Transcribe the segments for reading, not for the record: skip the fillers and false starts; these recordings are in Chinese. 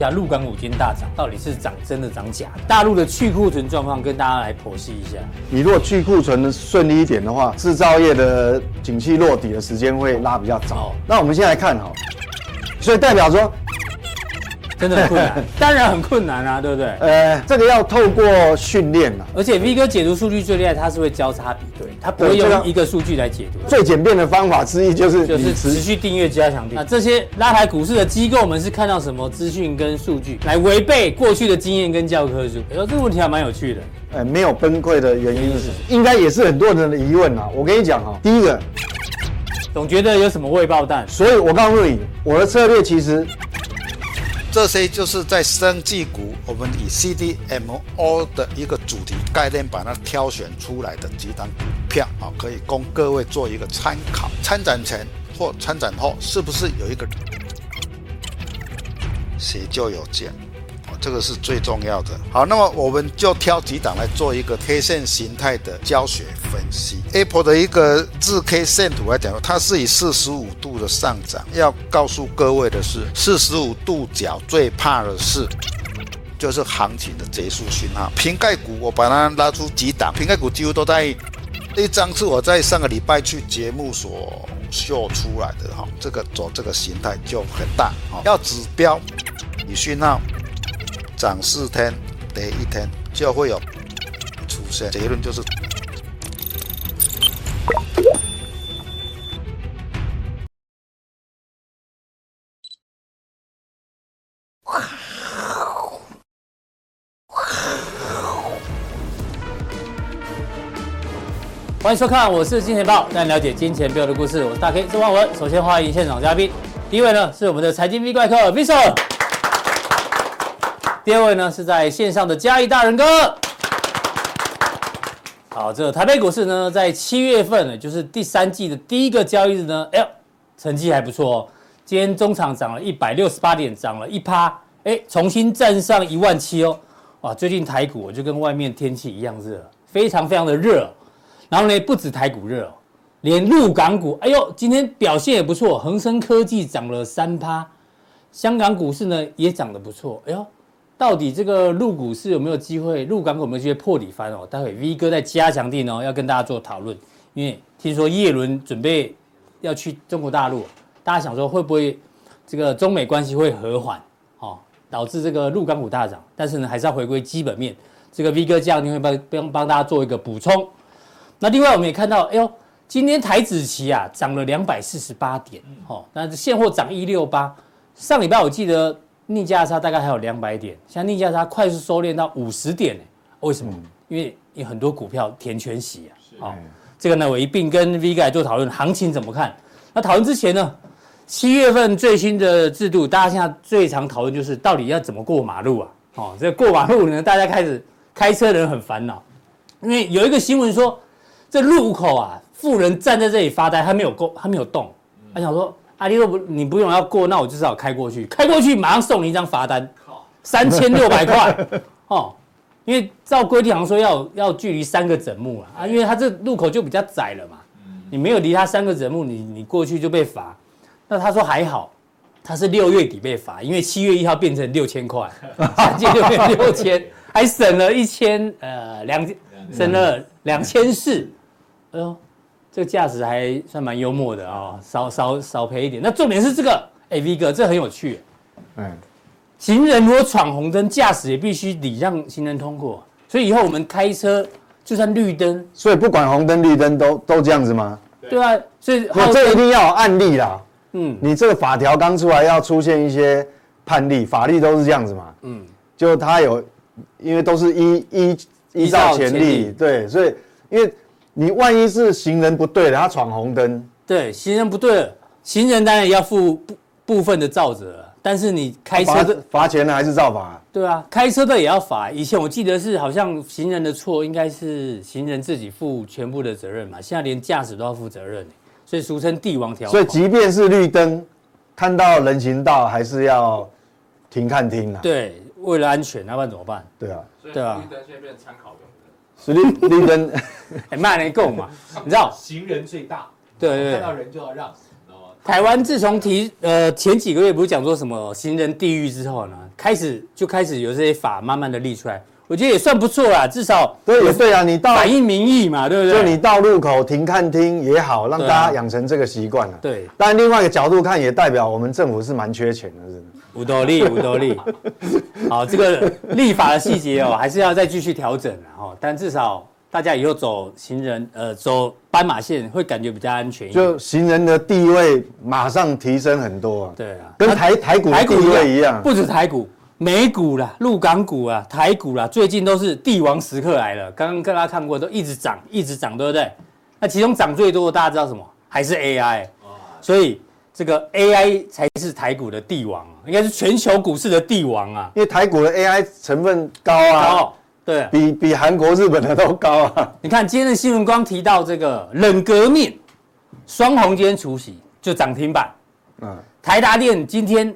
陆港股今天大涨，到底是涨真的涨假的？大陆的去库存状况跟大家来剖析一下。 你如果去库存顺利一点的话，制造业的景气落底的时间会拉比较早。那我们先来看哈，所以代表说。 真的很困难，当然很困难啊，对不对？ 这个要透过训练啊， 而且 V 哥解读数据最厉害，他是会交叉比对，他不会用一个数据来解读。 最简便的方法之一就是持续订阅加强订。那这些拉抬股市的机构们是看到什么资讯跟数据来违背过去的经验跟教科书？这个问题还蛮有趣的。 没有崩溃的原因是，应该也是很多人的疑问啊。我跟你讲哈，第一个， 总觉得有什么未爆弹， 所以我告诉你，我的策略其实。 这些就是在生技股，我们以 CDMO 的一个主题概念把它挑选出来的几档股票啊，可以供各位做一个参考。参展前或参展后，是不是有一个血就有见？这个是最重要的。好，那么我们就挑几档来做一个 K 线形态的教学分析。Apple 的一个日 K 线图来讲，它是以45度的上涨。要告诉各位的是，45度角最怕的是就是行情的结束讯号。瓶盖股我把它拉出几档，瓶盖股几乎都在一张是我在上个礼拜去节目所秀出来的哈，这个走这个形态就很大。要指标以讯号。涨4天跌1天就会有出现，结论就是欢迎收看，我是金钱豹，带你了解金钱背后的故事。我是大 K 周万文。首先欢迎现场嘉宾，第一位呢是我们的财经 V 怪客 Vincent。第二位呢是在线上的嘉义大人哥。好，这个台北股市呢，在7月份呢，就是第3季的第一个交易日呢，成绩还不错哦。今天中场涨了168点，涨了1%，重新站上17000哦。哇，最近台股就跟外面天气一样热，非常非常的热。然后呢，不止台股热，连陆港股，今天表现也不错，恒生科技涨了3%，香港股市呢也涨得不错，到底这个陆股市有没有机会？陆港股有没有机会破底翻哦？待会 V 哥在加强定哦，要跟大家做讨论。因为听说叶伦准备要去中国大陆，大家想说会不会这个中美关系会和缓，导致这个陆港股大涨？但是呢，还是要回归基本面。这个 V 哥加强定会帮大家做一个补充。那另外我们也看到，今天台指期啊涨了248点，但是现货涨168。上礼拜我记得。逆价差大概还有200点，现在逆价差快速收敛到50点，为什么？因为有很多股票填权息啊。这个呢我一并跟 V 哥来做讨论，行情怎么看？那讨论之前呢，7月份最新的制度，大家现在最常讨论就是到底要怎么过马路啊？这个过马路呢，大家开始开车的人很烦恼，因为有一个新闻说，这路口啊，富人站在这里发呆，他没有动，他想说。你不用要过，那我就只好开过去，马上送你一张罚单，3600块因为照规定好像说要距离3个整目因为它这路口就比较窄了嘛，你没有离它3个整目，你过去就被罚。那他说还好，他是6月底被罚，因为7月1号变成6000块，3件就变6000，还省了省了2400，这个价值还算蛮幽默的少赔一点。那重点是这个，V 哥，这很有趣。行人如果闯红灯，驾驶也必须礼让行人通过。所以以后我们开车就算绿灯， 所以不管红灯绿灯都这样子吗？ 对啊，所以这一定要有案例啦。你这个法条刚出来要出现一些判例，法律都是这样子嘛。就它有，因为都是依照前例，对，所以因为。你万一是行人不对了，他闯红灯， 对，行人不对了，行人当然也要负部分的肇责了，但是你开车罚钱了还是照罚？ 对啊，开车的也要罚。以前我记得是好像行人的错应该是行人自己负全部的责任嘛，现在连驾驶都要负责任，所以俗称帝王条款。 所以即便是绿灯，看到人行道还是要停看听啊。 对，为了安全，要不然怎么办？ 对啊， 对啊，绿灯现在变成参考用。 绿灯， 慢人够嘛？你知道， 行人最大， 对， 看到人就要让， 台湾自从前几个月不是讲说什么行人地狱之后呢，开始有这些法慢慢的立出来，我觉得也算不错啦，至少对啊，你到反映民意嘛，对不对？ 就你到路口停看厅也好，让大家养成这个习惯了。 对， 当然另外一个角度看，也代表我们政府是蛮缺钱的，真的。 五斗力。好，这个立法的细节哦，还是要再继续调整哦。但至少大家以后走行人走斑马线会感觉比较安全一点。 就行人的地位马上提升很多啊。 对啊， 跟台股的地位一样。 不止台股，美股啦、陆港股啦、台股啦，最近都是帝王时刻来了。刚刚跟大家看过，都一直涨，对不对？那其中涨最多的大家知道什么？还是 AI。所以这个 AI 才是台股的帝王，应该是全球股市的帝王啊。 因为台股的 AI 成分高啊， 对， 比韩国、日本的都高啊。 你看今天的新闻，光提到这个冷革命，双红今天除息就涨停板。台达电今天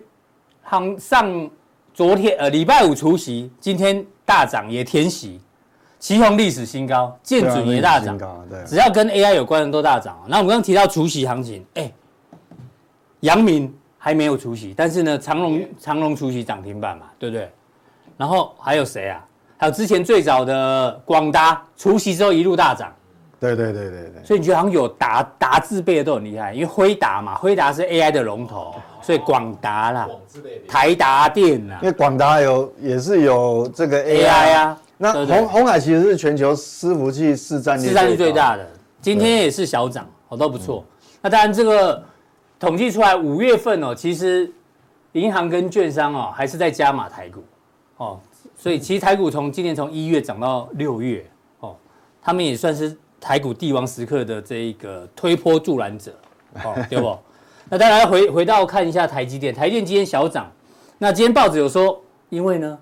昨天礼拜五除息，今天大涨也填息，旗宏历史新高，建准也大涨，只要跟 AI 有关的都大涨。那我们刚刚提到除息行情，阳明还没有除息，但是呢，长荣除息涨停板嘛，对不对？然后还有谁啊？还有之前最早的广达除息之后一路大涨。 对。 所以你觉得好像有达字辈的都很厉害，因为辉达嘛，辉达是 AI 的龙头，所以广达啦、台达电啦， 因为广达也是有这个 AI 啊。 那鸿海其实是全球伺服器市占率最大的，今天也是小涨，都不错。那当然这个统计出来5月份哦，其实银行跟券商哦还是在加码台股哦，所以其实台股今年从1月涨到6月哦，他们也算是台股帝王时刻的这一个推波助澜者哦，对不？那当然回到看一下台积电今天小涨，那今天报纸有说，因为呢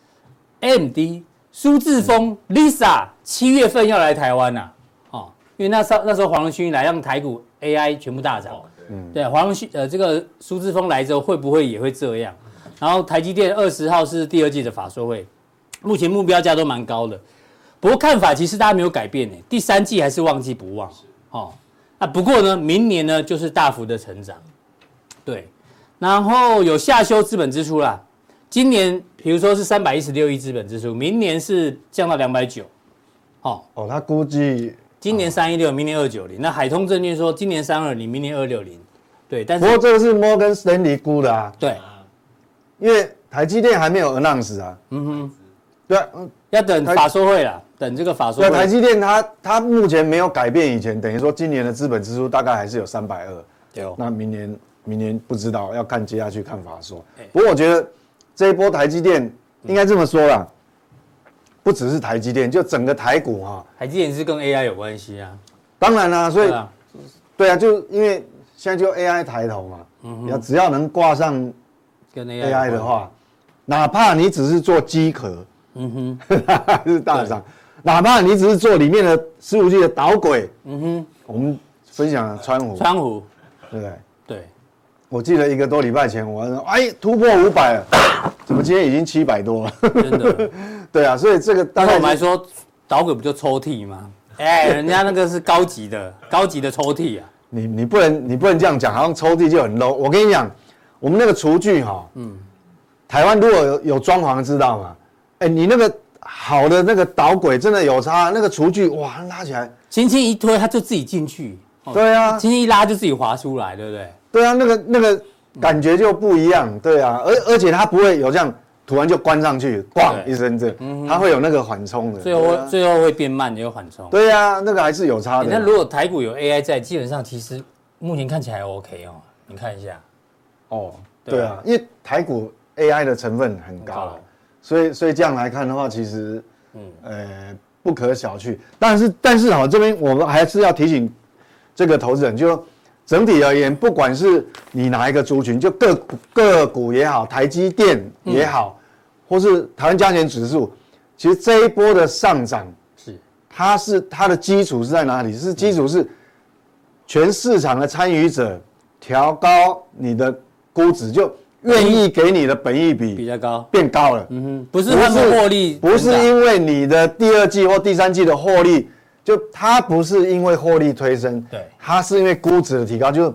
AMD 苏智峰 Lisa 7月份要来台湾呐，哦，因为那时候黄仁勋来让台股 AI 全部大涨。对，黄仁勋这个苏智峰来之后会不会也会这样？然后台积电20号是第2季的法说会，目前目标价都蛮高的，不过看法其实大家没有改变第3季还是旺季不旺哦。那不过呢，明年呢就是大幅的成长，对，然后有下修资本支出啦，今年比如说是316亿资本支出，明年是降到290， 他估计。 今年316，明年290。那海通证券说今年320，明年260。对，但是不过这个是摩根斯坦利估的啊。 对， 因为台积电还没有 announce 啊。对， 要等法说会啦，等这个法说会。 对，台积电它目前没有改变以前，等于说今年的资本支出大概还是有320。 对哦。 那明年不知道，要看接下去看法说。不过我觉得这一波台积电应该这么说啦。不只是台积电，就整个台股台积电是跟 AI 有关系啊。 当然啦，所以对啊，就因为现在就 AI 抬头嘛，只要能挂上跟 AI 的话，哪怕你只是做机壳，是大涨，哪怕你只是做里面的伺服器的导轨，我们分享了川湖，对不对？ 对， 我记得1个多礼拜前，我说突破500了，怎么今天已经700多了？ 真的。 对啊，所以这个大概我们来说，导轨不就抽屉吗？人家那个是高级的抽屉啊。 你不能这样讲，好像抽屉就很 low。我跟你讲，我们那个厨具台湾如果有装潢知道吗？你那个好的那个导轨真的有差，那个厨具哇拉起来， 轻轻一推它就自己进去。 对啊， 轻轻一拉就自己滑出来，对不对？ 对啊，那个感觉就不一样，对啊，而且它不会有这样。突然就关上去，咣一声它会有那个缓冲的， 最后会变慢，也有缓冲。 对啊，那个还是有差的。 那如果台股有 AI 在，基本上其实目前看起来 OK 哦，你看一下。 对啊，因为台股 AI 的成分很高，所以这样来看的话，其实不可小觑。但是这边我们还是要提醒这个投资人，就整体而言，不管是你哪一个族群，就个股也好，台积电也好。或是台湾加权指数，其实这一波的上涨它的基础是在哪里？基础是全市场的参与者调高你的估值，就愿意给你的本益比较高， 变高了。 不是他们获利， 不是因为你的第2季或第3季的获利，就它不是因为获利推升， 对， 它是因为估值的提高，就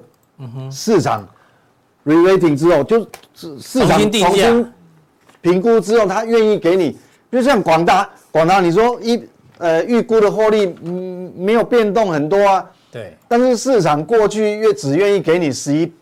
市场 re-rating 之后，就市场重新定价评估之后，他愿意给你，比如像广达，你说预估的获利没有变动很多啊， 对， 但是市场过去只愿意给你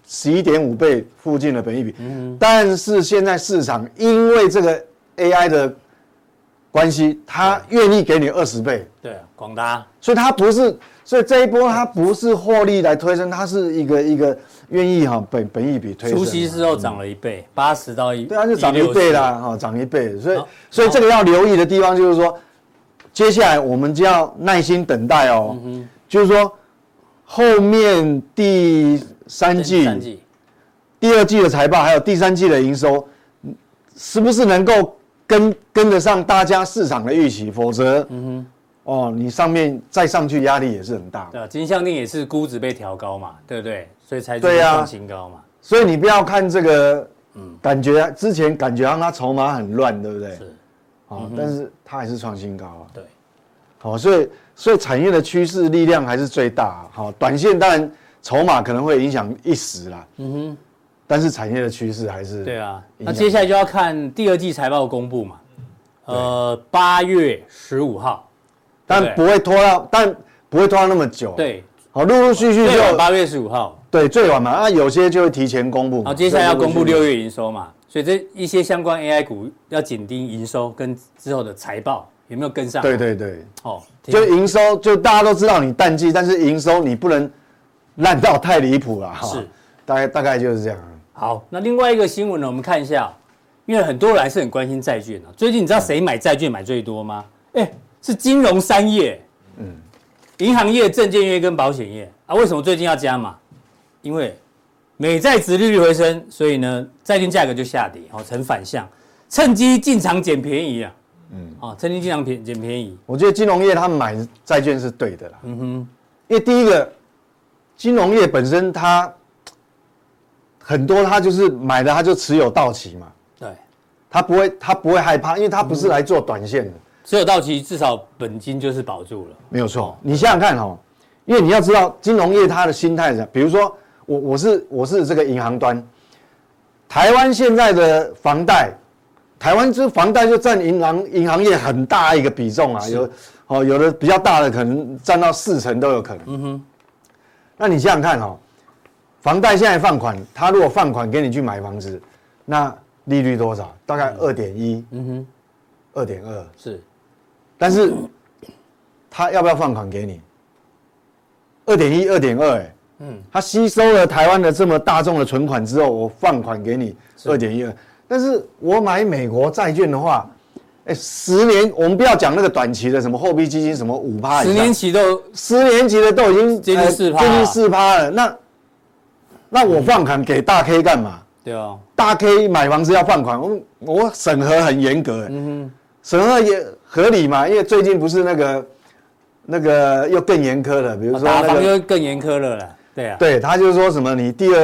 11.5倍附近的本益比，但是现在市场因为这个 AI 的关系，它愿意给你20倍， 对，广达， 所以它不是，所以这一波它不是获利来推升，它是一个愿意本益比推升， 除息之后涨了1倍，80到1， 对啊，就涨1倍啦，涨1倍，所以这个要留意的地方就是说，接下来我们就要耐心等待哦，就是说后面第三季、第二季的财报，还有第三季的营收，是不是能够跟得上大家市场的预期？否则，你上面再上去压力也是很大。 对啊，金像电也是估值被调高嘛，对不对？所以才创新高嘛。 所以你不要看这个，感觉之前感觉让它筹码很乱，对不对？是。但是它还是创新高啊。 对。 好，所以产业的趋势力量还是最大。好，短线当然筹码可能会影响一时啦。但是产业的趋势还是。 对啊。那接下来就要看第二季财报公布嘛。8月15号。 但不会拖到那么久。 对。 好，陆陆续续就 8月15号。 对，最晚嘛。有些就会提前公布。 好，接下来要公布6月营收嘛，所以这一些相关 AI 股要紧盯营收跟之后的财报有没有跟上？ 对。就营收，就大家都知道你淡季，但是营收你不能烂到太离谱了。是，大概就是这样。 好，那另外一个新闻呢，我们看一下，因为很多人还是很关心债券啊。最近你知道谁买债券买最多吗？是金融3业，银行业、证券业跟保险业啊。为什么最近要加码？因为美债殖利率回升，所以呢，债券价格就下跌，呈反向，趁机进场捡便宜啊。趁机进场捡便宜。 我觉得金融业他们买债券是对的啦。因为第一个，金融业本身它很多，它就是买的，它就持有到期嘛。 对。 他不会害怕，因为他不是来做短线的。 持有到期，至少本金就是保住了。 没有错。你想想看因为你要知道金融业它的心态是，比如说我是这个银行端，台湾现在的房贷，台湾这房贷就占银行业很大一个比重啊，有的比较大的可能占到40%都有可能。那你想想看房贷现在放款，他如果放款给你去买房子，那利率多少？大概2.1， 2.2 是， 但是他要不要放款给你？2.1、2.2，他吸收了台湾的这么大众的存款之后，我放款给你2.12，但是我买美国债券的话，10年，我们不要讲那个短期的什么货币基金什么5%以上，10年期的都已经接近4% 了，那我放款给大 K 干嘛？ 对啊， 大 K 买房子要放款，我审核很严格，审核也合理嘛，因为最近不是那个又更严苛了，比如说打房又更严苛了啦，对啊， 对，他就是说什么你第二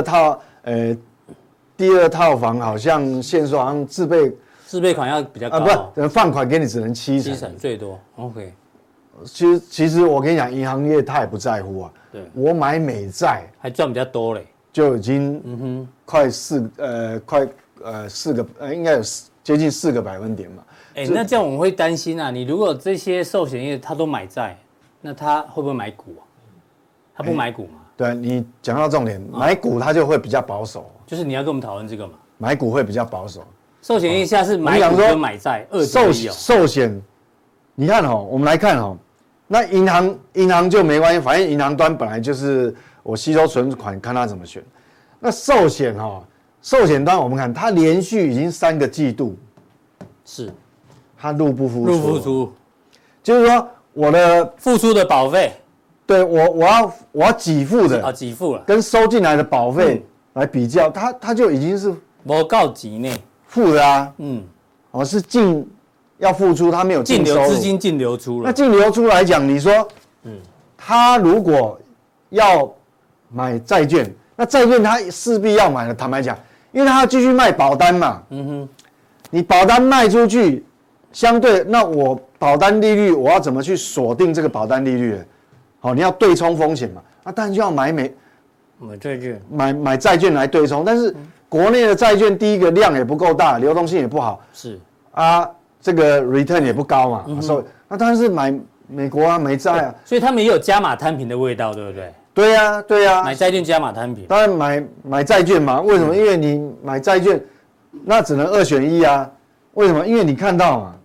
套房好像限缩，好像自备款要比较高不，放款给你只能7% 最多 ，OK。 其实我跟你讲，银行业他也不在乎啊， 对， 我买美债还赚比较多嘞， 就已经快4个应该有接近4个百分点嘛。 那这样我们会担心啊，你如果这些寿险业他都买债，那他会不会买股啊？他不买股嘛？ 对，你讲到重点，买股他就会比较保守。 就是你要跟我们讨论这个嘛？ 买股会比较保守。 寿险业现在是买股跟买债寿险，你看我们来看那银行就没关系，反正银行端本来就是我吸收存款，看他怎么选。那寿险端我们看，它连续已经3个季度， 是， 它入不敷出， 就是说我的付出的保费， 对我要给付的给付了， 跟收进来的保费来比较，它就已经是没告急呢， 付的啊，是要付出，它没有净收入， 资金净流出了。 那净流出来讲，你说，他如果要买债券，那债券他势必要买的。坦白讲，因为他要继续卖保单嘛，你保单卖出去，相对那我保单利率我要怎么去锁定这个保单利率呢？你要对冲风险嘛，那当然就要买买债券来对冲，但是国内的债券第一个量也不够大，流动性也不好， 是啊，这个 return 也不高嘛，所以那当然是买美国啊，美债啊， 所以他们也有加码摊平的味道，对不对？ 对呀， 买债券加码摊平， 当然买债券嘛，为什么？因为你买债券，那只能2选1啊，为什么？因为你看到嘛，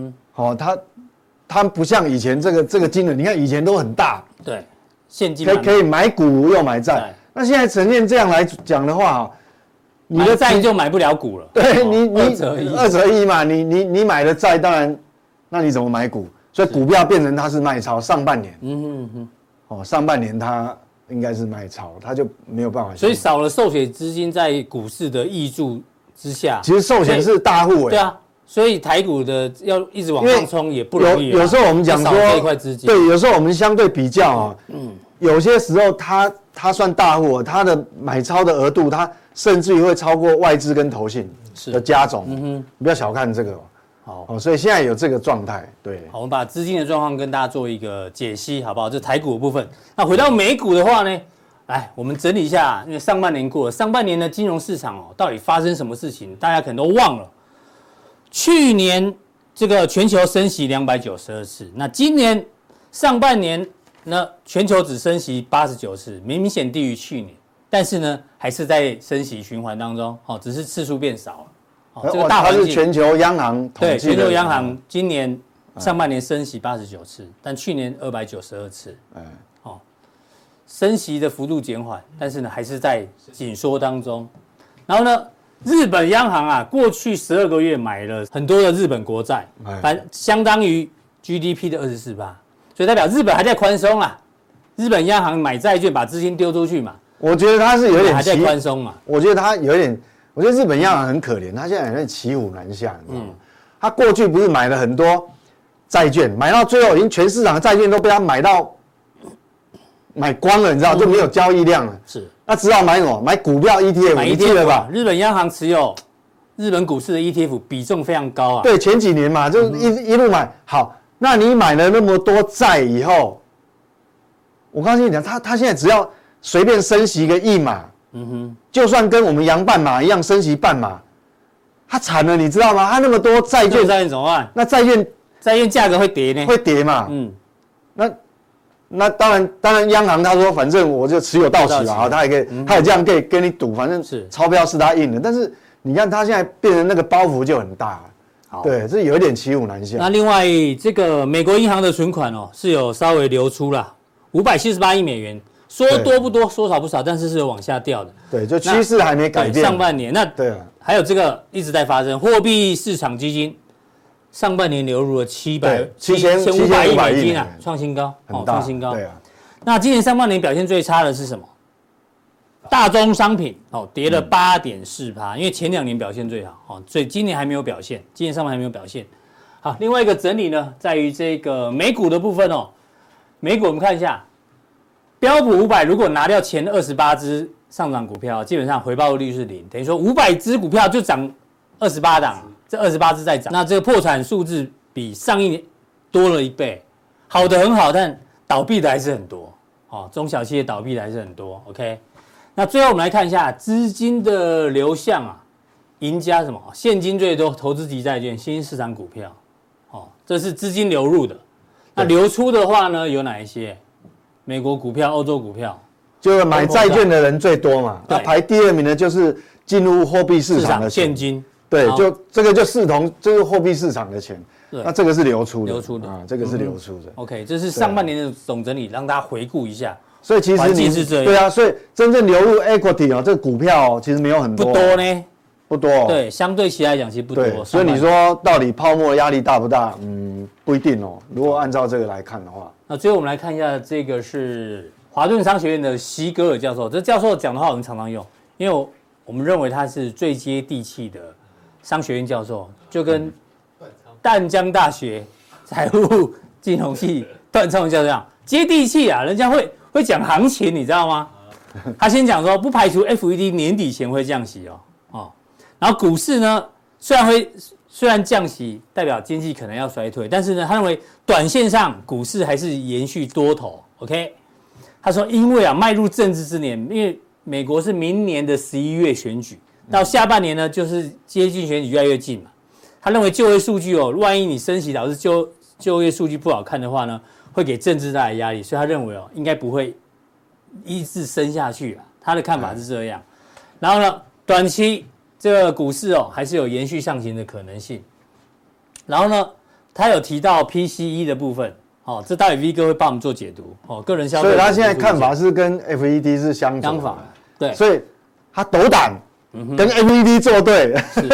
它不像以前这个金额，你看以前都很大， 对，现金可以买股又买债，那现在呈现这样来讲的话， 你的债就买不了股了， 对你2折1嘛，你买了债，当然，那你怎么买股？所以股票变成它是卖超，上半年，上半年它应该是卖超，它就没有办法。 所以少了寿险资金在股市的挹注之下， 其实寿险是大户对啊，所以台股的要一直往上冲也不容易。 有时候我们讲说这块资金， 对，有时候我们相对比较啊，有些时候它算大户，它的买超的额度，它甚至于会超过外资跟投信的加总，不要小看这个。好，所以现在有这个状态，对。 好，我们把资金的状况跟大家做一个解析，好不好？这台股的部分。那回到美股的话呢，来，我们整理一下，因为上半年过了，上半年的金融市场到底发生什么事情，大家可能都忘了。去年这个全球升息292次，那今年上半年呢，全球只升息89次，明显低于去年，但是呢，还是在升息循环当中，只是次数变少了。这个大环境， 它是全球央行统计的， 对，全球央行今年上半年升息89次，但去年292次，升息的幅度减缓，但是呢还是在紧缩当中。然后呢，日本央行过去12个月买了很多的日本国债，相当于 GDP 的24%，所以代表日本还在宽松啊。日本央行买债券把资金丢出去嘛， 我觉得它是有点还在宽松嘛。 我觉得它有点。我觉得日本央行很可怜，他现在有点骑虎难下，你知道吗？他过去不是买了很多债券，买到最后已经全市场的债券都被他买光了，你知道，就没有交易量了。 是，那只好买什么？买股票 ETF， 买 ETF 了吧？日本央行持有日本股市的 ETF 比重非常高啊。 对，前几年嘛，就一路买。好，那你买了那么多债以后，我告诉你讲，他现在只要随便升息个1码。就算跟我们洋半码一样升息半码，他惨了，你知道吗？他那么多债券怎么办？ 那债券价格会跌呢？ 会跌嘛？那当然，央行他说反正我就持有到期嘛，他也这样可以跟你赌，反正钞票是他印的。但是你看他现在变成那个包袱就很大了，对，这有一点骑虎难下。 那另外这个美国银行的存款是有稍微流出了578亿美元。说多不多，说少不少，但是有往下掉的。 对，就趋势还没改变。 上半年对还有这个一直在发生，货币市场基金上半年流入了7500亿美金创新高，创新高。对啊。那今年上半年表现最差的是什么？大宗商品跌了8.4%，因为前2年表现最好所以今年还没有表现，今年上半年还没有表现。好，另外一个整理呢，在于这个美股的部分美股我们看一下。标普500如果拿掉前28只上涨股票，基本上回报率是0，等于说500只股票就涨28档，这28只在涨。那这个破产数字比上一年多了1倍，好的很好，但倒闭的还是很多中小企业倒闭的还是很多。OK， 那最后我们来看一下资金的流向赢家什么？现金最多，投资级债券、新兴市场股票，这是资金流入的。那流出的话呢，有哪一些？美国股票、欧洲股票， 就是买债券的人最多嘛。那排第2名的就是进入货币市场的现金。 对，就这个就视同就是货币市场的钱。那这个是流出的。这个是流出的。 OK， 这是上半年的总整理，让大家回顾一下。 所以其实你是这样。 对啊，所以真正流入 equity 这个股票其实没有很多。 不多呢。 不多。 对，相对其来讲其实不多。 所以你说到底泡沫压力大不大？不一定如果按照这个来看的话。 那最后我们来看一下，这个是华顿商学院的席格尔教授。这教授讲的话我们常常用，因为我们认为他是最接地气的商学院教授，就跟淡江大学财务金融系段聪教授这样接地气人家会讲行情，你知道吗？他先讲说不排除 FED 年底前会降息然后股市呢虽然降息代表经济可能要衰退，但是呢，他认为短线上股市还是延续多头。OK， 他说因为迈入政治之年，因为美国是明年的11月选举，到下半年呢就是接近选举越来越近嘛。他认为就业数据万一你升息导致就业数据不好看的话呢，会给政治带来压力，所以他认为应该不会一直升下去啊。他的看法是这样。然后呢，短期这个股市还是有延续上行的可能性。然后呢，他有提到 PCE 的部分，这待会 V 哥会帮我们做解读，个人消费。 所以他现在看法是跟 FED 是相反的， 对， 所以他斗胆跟 FED 作对。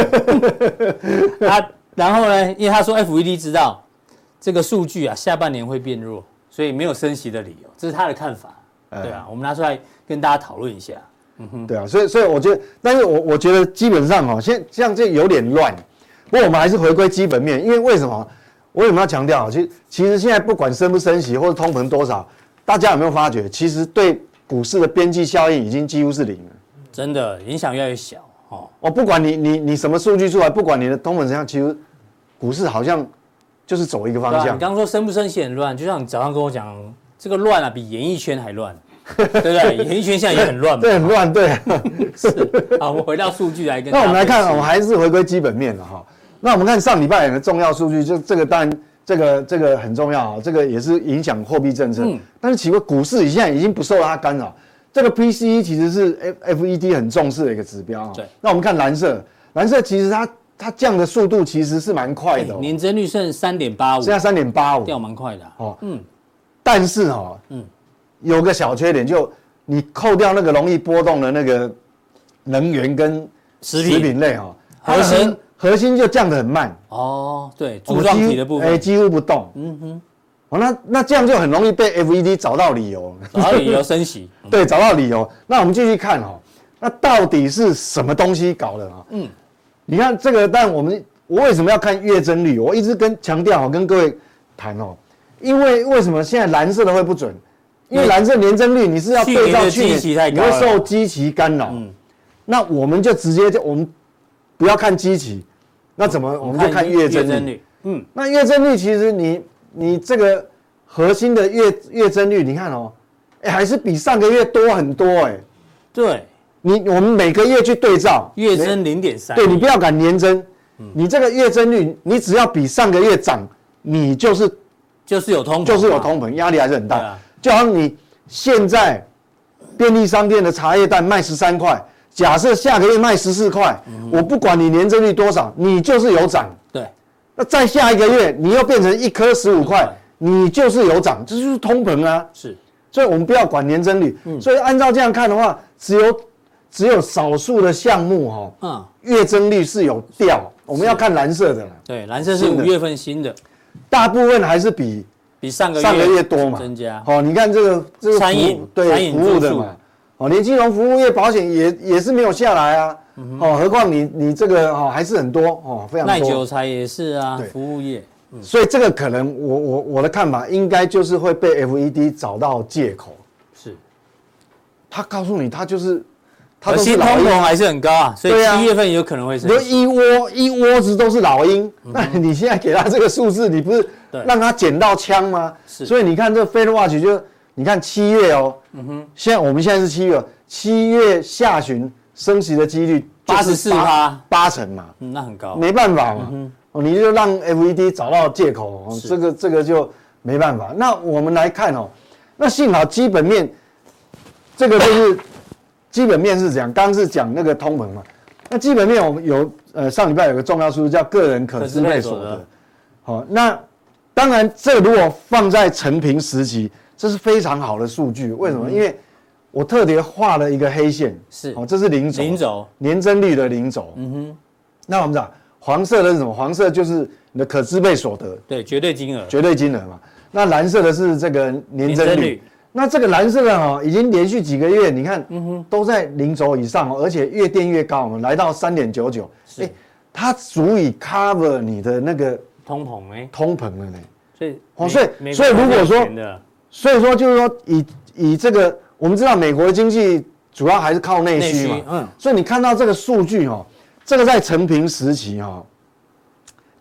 然后呢，因为他说 FED 知道这个数据下半年会变弱，所以没有升息的理由，这是他的看法。对啊，我们拿出来跟大家讨论一下。 对啊，所以我觉得，但是我觉得基本上像这有点乱。不过我们还是回归基本面，因为为什么？我为什么要强调？其实现在不管升不升息或者通膨多少，大家有没有发觉，其实对股市的边际效应已经几乎是零了。 真的影响越来越小不管你什么数据出来，不管你的通膨怎样，其实股市好像就是走一个方向。 你刚刚说升不升息很乱，就像你早上跟我讲，这个乱比演艺圈还乱。对不对？演艺圈现在也很乱嘛。 对，很乱，对。 是。好，我们回到数据来跟。 那我们来看，我们还是回归基本面了哈。那我们看上礼拜的重要数据，就这个当然这个很重要啊，这个也是影响货币政策。但是奇怪，股市现在已经不受它干扰。这个 PCE 其实是 FED 很重视的一个指标。对。那我们看蓝色其实它降的速度其实是蛮快的。 年增率剩3.85， 现在3.85， 掉蛮快的。 但是有个小缺点，就你扣掉那个容易波动的那个能源跟食品类核心就降得很慢。 对，柱状体的部分几乎不动。那这样就很容易被 FED 找到理由升息。 对，找到理由。那我们继续看那到底是什么东西搞的你看这个，但我为什么要看月增率？我一直强调跟各位谈因为为什么现在蓝色的会不准？因为蓝色年增率你是要对照去年，你会受基期干扰。那我们就直接我们不要看基期，那怎么我们就看月增率？那月增率其实你这个核心的月增率，你看还是比上个月多很多对， 我们每个月去对照， 月增0.3， 对你不要赶年增，你这个月增率，你只要比上个月涨，你就是有通膨，压力还是很大。就好像你现在便利商店的茶叶蛋卖13块，假设下个月卖14块，我不管你年增率多少，你就是有涨。 对， 那再下一个月你又变成一颗15块，你就是有涨，这就是通膨啊。 是， 所以我们不要管年增率。所以按照这样看的话，只有少数的项目月增率是有掉，我们要看蓝色的了。 对，蓝色是5月份新的， 大部分还是比上个月多嘛， 增加。 你看这个餐饮对服务的嘛，连金融服务业、保险也是没有下来啊。何况你这个还是很多非常多。 耐久材也是啊，服务业。 所以这个可能我的看法应该就是会被 FED 找到借口。 是， 他告诉你他就是核心通膨还是很高啊，所以7月份有可能会升息。 一窝子都是老鹰，那你现在给他这个数字，你不是让他捡到枪吗？所以你看这 Fed Watch 就你看7月我们现在是7月，7月下旬升息的几率 84%， 八成嘛， 那很高， 没办法嘛，你就让 FED 找到借口，这个就没办法。那我们来看那幸好基本面，这个就是基本面是怎样？刚刚是讲那个通膨嘛，那基本面我们上礼拜有个重要数字叫个人可支配所得。那当然这如果放在成平时期，这是非常好的数据。为什么？因为我特别画了一个黑线，这是零轴，年增率的零轴。那我们讲黄色的是什么？黄色就是你的可支配所得， 对，绝对金额嘛。那蓝色的是这个年增率。那这个蓝色的已经连续几个月，你看，都在零轴以上而且越垫越高，我们来到3.99，它足以 cover 你的那个通膨了呢。 所以如果说，就是说以这个，我们知道美国的经济主要还是靠内需嘛，所以你看到这个数据这个在成平时期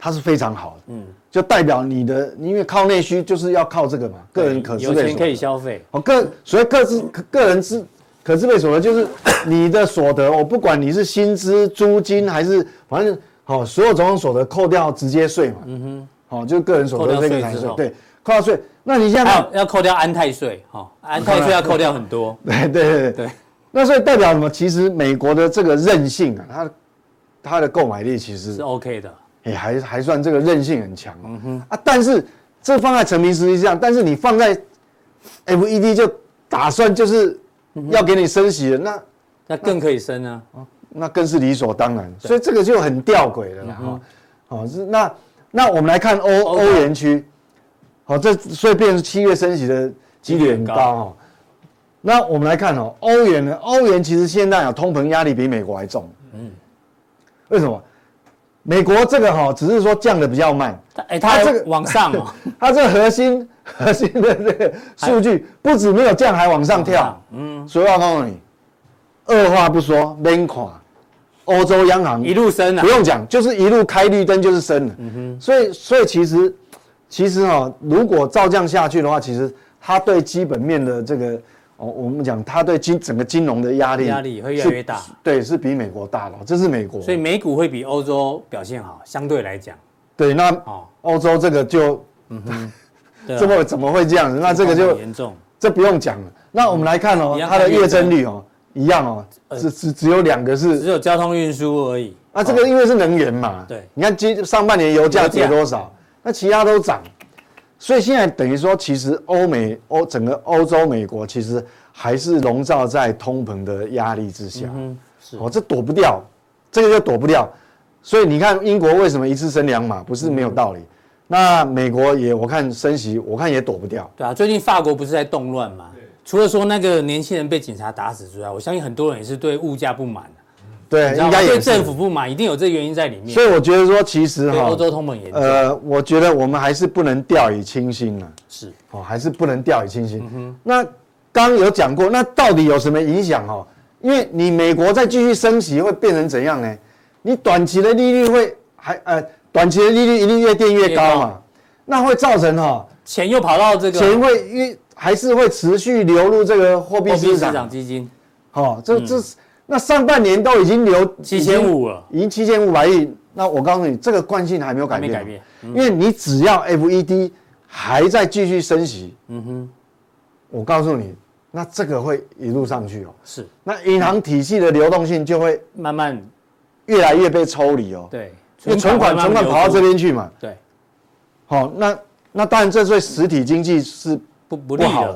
它是非常好的，就代表你的，因为靠内需就是要靠这个嘛，个人可支配所得， 有钱可以消费。 所谓个人可支配所得就是你的所得，我不管你是薪资、租金还是反正所有种种所得扣掉直接税嘛，就是个人所得这个财税，对，扣掉税。那你现在要扣掉安泰税，安泰税要扣掉很多。 对。那所以代表什么？其实美国的这个韧性啊，它的购买力其实是 OK 的。 还算这个韧性很强但是这放在成品实际上，但是你放在 FED 就打算就是要给你升息了， 那更可以升啊， 那更是理所当然，所以这个就很吊诡了啦那我们来看欧元区，所以变成7月升息的几率很高那我们来看欧元呢，欧元其实现在通膨压力比美国还重，为什么？美国这个只是说降的比较慢， 它这个往上它这个核心的这个数据不止没有降，还往上跳。所以我告诉你，二话不说，免看，欧洲央行一路升不用讲，就是一路开绿灯就是升了。所以其实如果照这样下去的话，其实它对基本面的这个。我们讲，它对整个金融的压力会越来越大， 对，是比美国大的，这是美国， 所以美股会比欧洲表现好，相对来讲， 对，那欧洲这个就，怎么会这样子？那这个就严重， 这不用讲了。那我们来看它的月增率一样只有2个是只有交通运输而已。 那这个因为是能源嘛， 对， 你看上半年油价跌多少，那其他都涨。所以现在等于说，其实整个欧洲、美国其实还是笼罩在通膨的压力之下。这躲不掉，这个就躲不掉。所以你看英国为什么一次升2码，不是没有道理。那美国我看升息，我看也躲不掉。 对啊，最近法国不是在动乱嘛？除了说那个年轻人被警察打死之外，我相信很多人也是对物价不满。 对，应该也对政府不满，一定有这原因在里面。 所以我觉得说，其实欧洲通膨严重。 我觉得我们还是不能掉以轻心是还是不能掉以轻心。那刚有讲过，那到底有什么影响因为你美国再继续升息会变成怎样呢？你短期的利率短期的利率一定越垫越高嘛，那会造成钱又跑到这个钱还是会持续流入这个货币市场基金。 那上半年都已经流 7500了， 已经7500亿。那我告诉你，这个惯性还没有改变，因为你只要 FED 还在继续升息，我告诉你，那这个会一路上去是， 那银行体系的流动性就会慢慢越来越被抽离对， 因为存款跑到这边去嘛。 对， 那当然这对实体经济是不利的。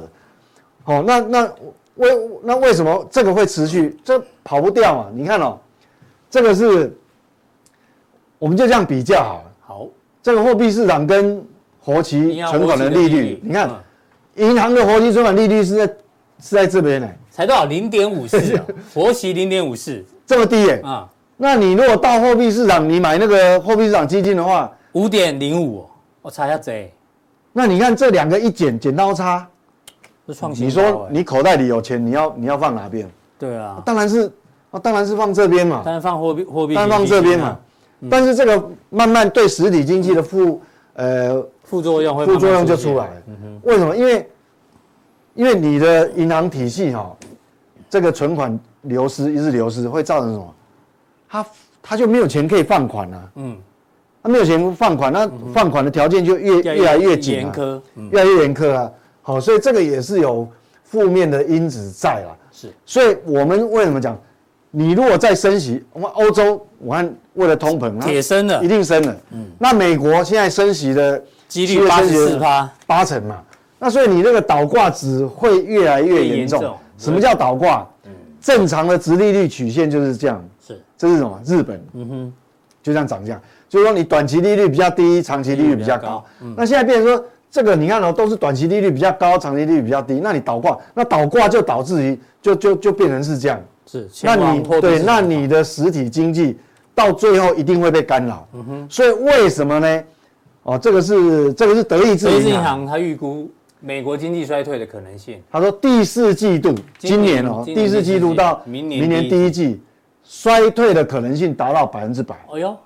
那为什么这个会持续？这跑不掉嘛？你看这个是，我们就这样比较好了。 好， 这个货币市场跟活期存款的利率，你看，银行的活期存款利率是在这边呢， 才多少？0.54，活期0.54， 这么低那你如果到货币市场，你买那个货币市场基金的话 ，5.05，我查一下这。 那你看这2个一减刀差。你说你口袋里有钱，你要放哪边？ 对啊， 当然是放这边嘛， 当然放货币， 当然放这边嘛。但是这个慢慢对实体经济的副作用就出来了。为什么？因为你的银行体系这个存款流失一直流失，会造成什么？他就没有钱可以放款啊。他没有钱放款，那放款的条件就越来越紧严苛， 越来越严苛啊。所以这个也是有负面的因子在啦。 是， 所以我们为什么讲，你如果再升息，我们欧洲我看为了通膨， 铁升了， 一定升了。那美国现在升息的几率84%，8 成嘛。那所以你那个倒挂只会越来越严重。什么叫倒挂？正常的殖利率曲线就是这样。这是什么？日本。就这样涨这样，就是说你短期利率比较低，长期利率比较高。那现在变成说。这个你看都是短期利率比较高，长期利率比较低。那你倒挂就导致于就变成是这样。 是， 那你的实体经济到最后一定会被干扰。所以为什么呢？这个是德意志银行， 他预估美国经济衰退的可能性。 他说第4季度，今年第4季度到明年第1季衰退的可能性达到100%。 哎呦，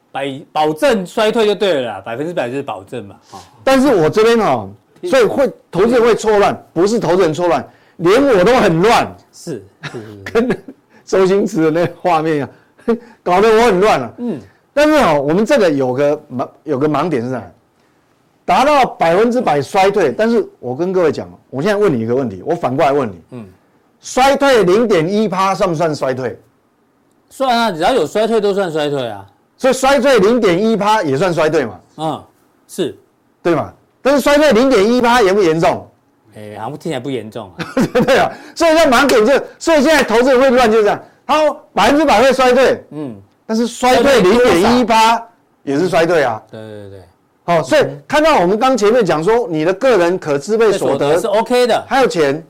保证衰退就对了啦，100%就是保证嘛。 但是我这边所以投资人会错乱，不是投资人错乱，连我都很乱。 是， 跟周星驰的那个画面一样，搞得我很乱了。但是我们这个有个盲点是啥？达到100%衰退，但是我跟各位讲，我现在问你一个问题，我反过来问你，衰退0.1%算不算衰退？ 算啊，只要有衰退都算衰退啊。 所以衰退0.1%也算衰退嘛？ 是， 对嘛？但是衰退0.1%严不严重？ 好像听起来不严重啊。 对啊，所以在盲点所以现在投资人会乱就是这样，他100%会衰退，但是衰退0.1%也是衰退啊。 对。 所以看到我们刚前面讲说，你的个人可支配所得是 OK 的， 还有钱，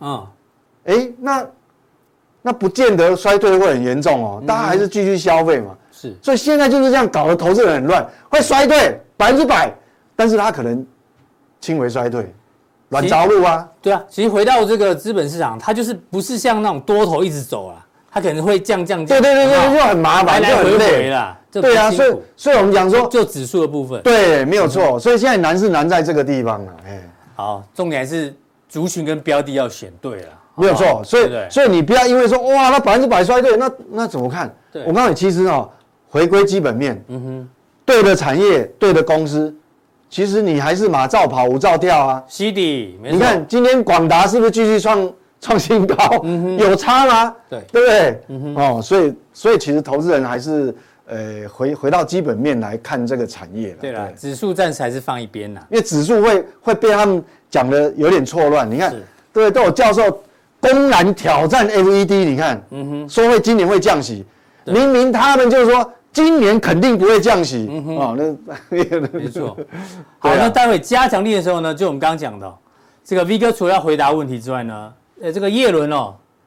那不见得衰退会很严重哦，大家还是继续消费嘛。 是， 所以现在就是这样搞得投资人很乱，会衰退100%，但是他可能轻微衰退，软着陆啊。 对啊，其实回到这个资本市场，它就是不是像那种多头一直走啊，它可能会降。对， 就很麻烦， 来回啦。 对啊，所以我们讲说， 就指数的部分， 对，没有错。所以现在难是难在这个地方了。 好，重点是族群跟标的要选对了， 没有错。所以你不要因为说哇，那100%衰退，那怎么看？我告诉你，其实回归基本面，对的产业，对的公司，其实你还是马照跑，舞照跳啊。 是的，没错。 你看今天广达是不是继续创新高？有差吗？ 对不对？所以其实投资人还是回到基本面来看这个产业了。 对啦，指数暂时还是放一边啦， 因为指数会被他们讲的有点错乱。你看，对，都有教授公然挑战 FED， 你看，说今年会降息，明明他们就是说今年肯定不会降息， 没错。好，那待会加强力的时候呢，就我们刚刚讲的，这个 V 哥除了要回答问题之外呢，这个叶伦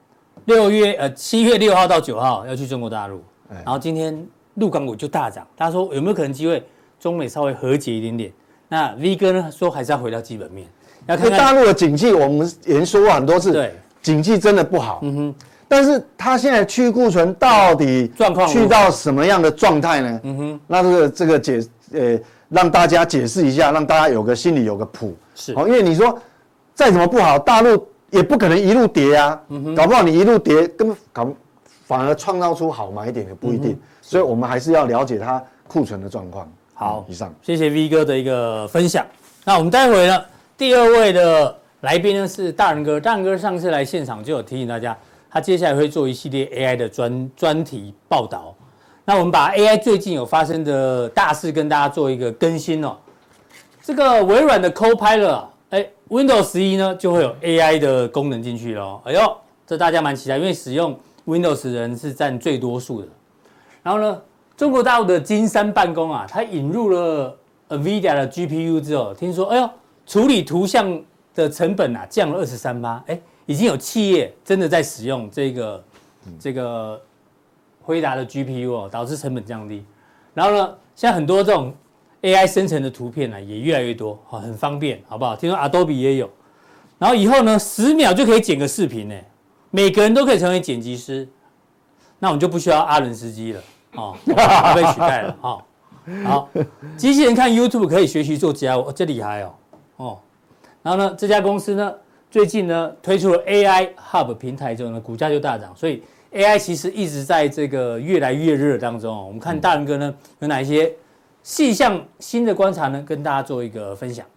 7月6号到9号要去中国大陆，然后今天陆港股就大涨，大家说有没有可能机会中美稍微和解一点点？那 V 哥呢说还是要回到基本面，要看看大陆的景气，我们也说过很多次， 对， 景气真的不好。但是他现在去库存到底状况去到什么样的状态呢？那这个让大家解释一下，让大家心里有个谱。 是， 因为你说再怎么不好，大陆也不可能一路跌啊，搞不好你一路跌，根本反而创造出好买点也不一定。所以我们还是要了解它库存的状况。 好， 以上谢谢 V 哥的一个分享。那我们待会呢，第2位的来宾呢是大仁哥。大仁哥上次来现场就有提醒大家，他接下来会做一系列 AI 的专题报道。那我们把 AI 最近有发生的大事跟大家做一个更新哦。这个微软的 Copilot，Windows 11呢就会有 AI 的功能进去了。哎呦，这大家蛮期待，因为使用 Windows 的人是占最多数的。然后呢，中国大陆的金山办公它引入了 NVIDIA 的 GPU 之后，听说处理图像的成本降了23%，已经有企业真的在使用这个辉达的 GPU 导致成本降低。然后呢，现在很多这种 AI 生成的图片也越来越多，很方便，好不好？听说 Adobe 也有。然后以后呢，10秒就可以剪个视频，每个人都可以成为剪辑师，那我们就不需要阿伦斯基了，被取代了，好，机器人看 YouTube 可以学习做家务，这厉害哦。然后呢，这家公司呢，最近呢推出了 AI Hub 平台之后呢，股价就大涨，所以 AI 其实一直在这个越来越热当中。我们看大仁哥呢有哪一些细项新的观察呢，跟大家做一个分享。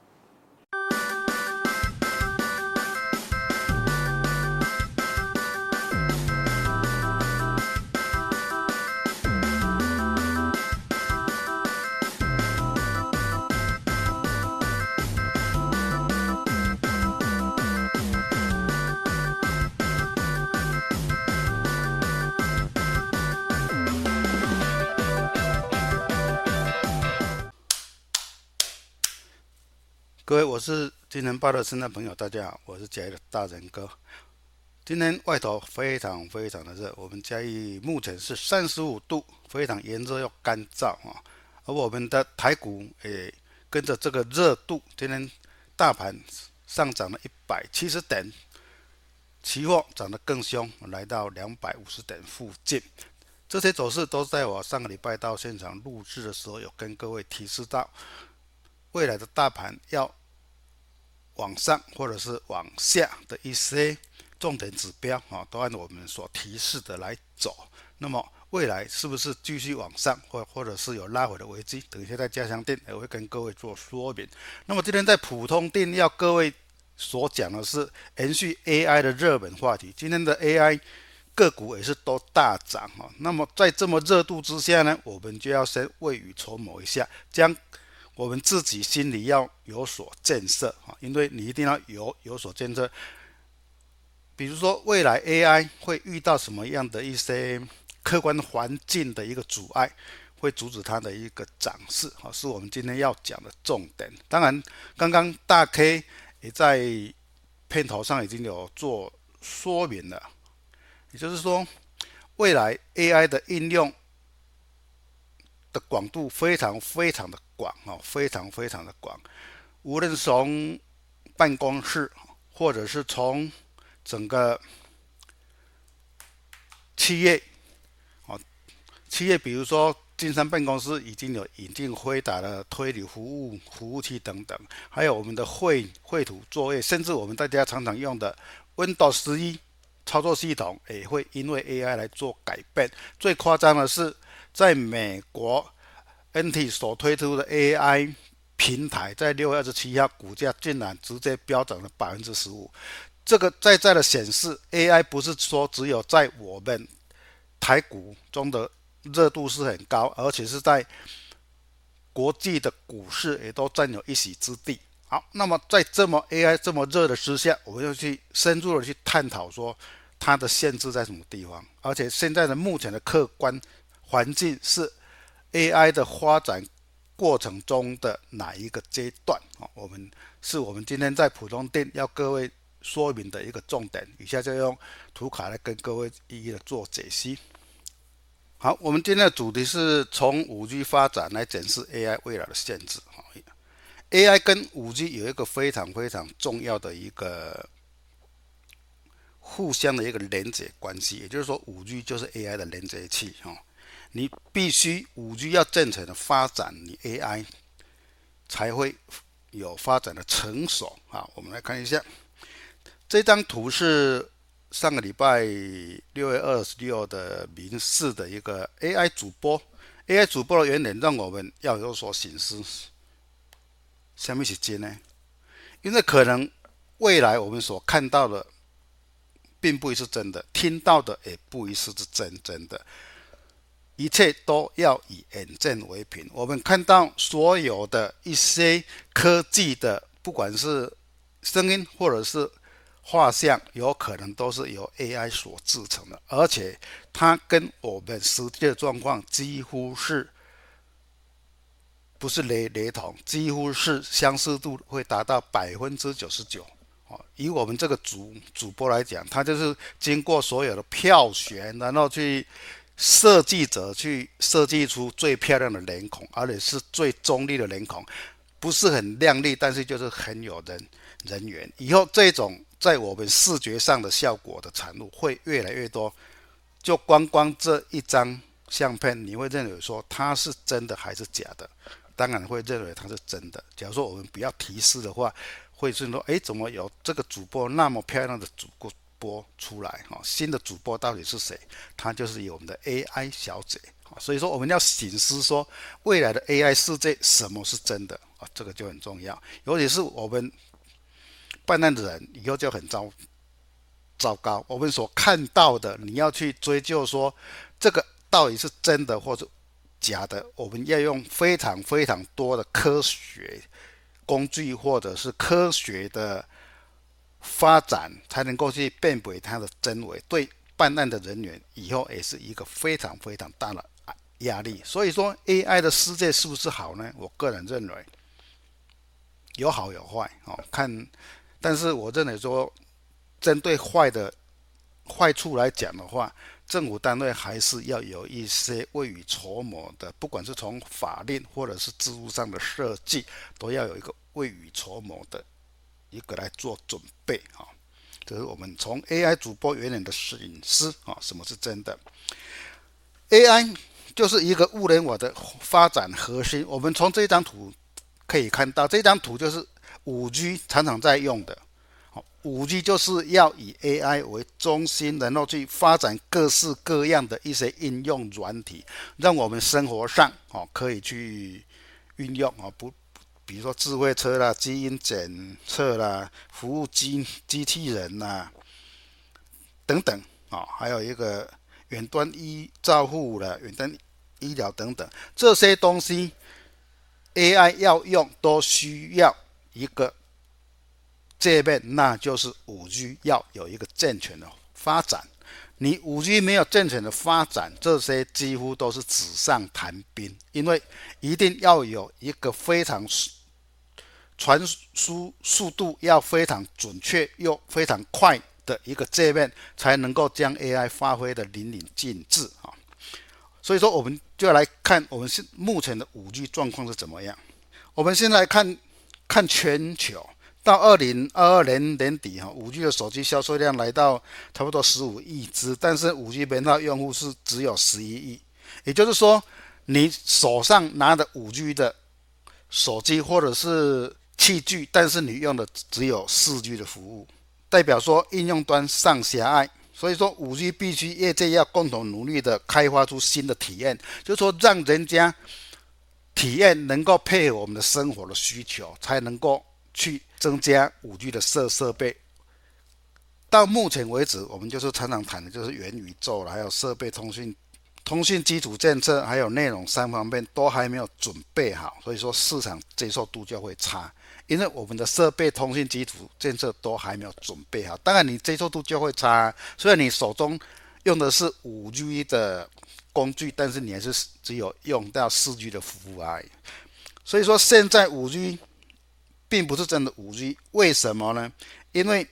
各位，我是金人报的生态朋友，大家好，我是嘉义的大仁哥。今天外头非常非常的热，我们嘉义目前是35度，非常炎热又干燥啊。而我们的台股也跟着这个热度，今天大盘上涨了170点，期货涨得更凶，来到250点附近。 这些走势都在我上个礼拜到现场录制的时候有跟各位提示到，未来的大盘要往上或者是往下的一些重点指标都按我们所提示的来走。那么未来是不是继续往上，或者是有拉回的危机？等一下在加强店也会跟各位做说明。那么今天在普通店要各位所讲的是延续 AI 的热门话题，今天的 AI 个股也是都大涨。那么在这么热度之下呢，我们就要先未雨绸缪一下，将我们自己心里要有所建设，因为你一定要有所建设。比如说未来 AI 会遇到什么样的一些客观环境的一个阻碍，会阻止它的一个涨势，是我们今天要讲的重点。当然刚刚大 K 也在片头上已经有做说明了，也就是说未来 AI 的应用的广度非常非常的广，非常非常的广，无论从办公室或者是从整个企业，比如说金山办公室已经有引进辉达的推理服务器等等，还有我们的绘图作业，甚至我们大家常常用的 Windows 11操作系统也会因为 AI 来做改变。最夸张的是在美国 NT 所推出的 AI 平台，在6月27号股价竟然直接飙涨了 15%。这个在的显示 AI 不是说只有在我们台股中的热度是很高，而且是在国际的股市也都占有一席之地。好，那么在这么 AI 这么热的之下，我们要去深入的去探讨说它的限制在什么地方，而且现在的目前的客观环境是 AI 的发展过程中的哪一个阶段，我们今天在普通店要各位说明的一个重点。以下就用图卡来跟各位一一的做解析。好，我们今天的主题是从 5G 发展来检视 AI 未来的限制。AI 跟 5G 有一个非常非常重要的一个互相的一个连接关系，也就是说 5G 就是 AI 的连接器。你必须 5G 要正常的发展，你 AI 才会有发展的成熟。好，我们来看一下这张图，是上个礼拜6月26的民视的一个 AI 主播。AI 主播的原点让我们要有所省思。什么是真呢？因为可能未来我们所看到的并不是真的，听到的也不一定是真的。一切都要以眼见为凭。我们看到所有的一些科技的，不管是声音或者是画像，有可能都是由 AI 所制成的，而且它跟我们实际的状况几乎是不是雷同，几乎是相似度会达到99%。以我们这个主播来讲，他就是经过所有的票选，然后去设计者去设计出最漂亮的脸孔，而且是最中立的脸孔，不是很亮丽，但是就是很有人缘。以后这种在我们视觉上的效果的产物会越来越多。就光这一张相片，你会认为说它是真的还是假的？当然会认为它是真的。假如说我们不要提示的话，会是说，怎么有这个主播那么漂亮的主播出来？新的主播到底是谁？他就是有我们的 AI 小姐。所以说我们要省思说，未来的 AI 世界什么是真的？这个就很重要。尤其是我们办案的人以后就很糟糕。我们所看到的，你要去追究说这个到底是真的或者假的，我们要用非常非常多的科学工具或者是科学的发展，才能够去辨别它的真伪。对办案的人员以后也是一个非常非常大的压力。所以说 AI 的世界是不是好呢？我个人认为有好有坏，但是我认为说，针对坏处来讲的话，政府单位还是要有一些未雨绸缪的，不管是从法令或者是制度上的设计，都要有一个未雨绸缪的一个来做准备。这是我们从 AI 主播原点的省思，什么是真的。 AI 就是一个物联网的发展核心。我们从这张图可以看到，这张图就是 5G 常常在用的。5G 就是要以 AI 为中心，然后去发展各式各样的一些应用软体，让我们生活上可以去运用比如说智慧车啦、基因检测啦、服务机器人啦等等还有一个远端照护啦、远端医疗等等，这些东西 AI 要用都需要一个界面，那就是 5G 要有一个健全的发展。你 5G 没有健全的发展，这些几乎都是纸上谈兵，因为一定要有一个非常传输速度要非常准确又非常快的一个界面，才能够将 AI 发挥的淋漓尽致所以说，我们就来看我们目前的 5G 状况是怎么样。我们先来看全球。到2022年年底5G 的手机销售量来到差不多15亿只，但是 5G 编号用户是只有11亿。也就是说，你手上拿的 5G 的手机或者是器具，但是你用的只有 4G 的服务，代表说应用端上狭隘。所以说 5G 必须业界要共同努力的开发出新的体验，就是说让人家体验能够配合我们的生活的需求，才能够去增加 5G 的设备。到目前为止，我们就是常常谈的就是元宇宙了，还有设备通讯基础建设，还有内容3方面都还没有准备好，所以说市场接受度就会差。因为我们的设备通讯基础建设都还没有准备好，当然你接受度就会差。虽然你手中用的是 5G 的工具，但是你还是只有用到 4G 的服务而已。所以说现在 5G 并不是真的 5G， 为什么呢？因为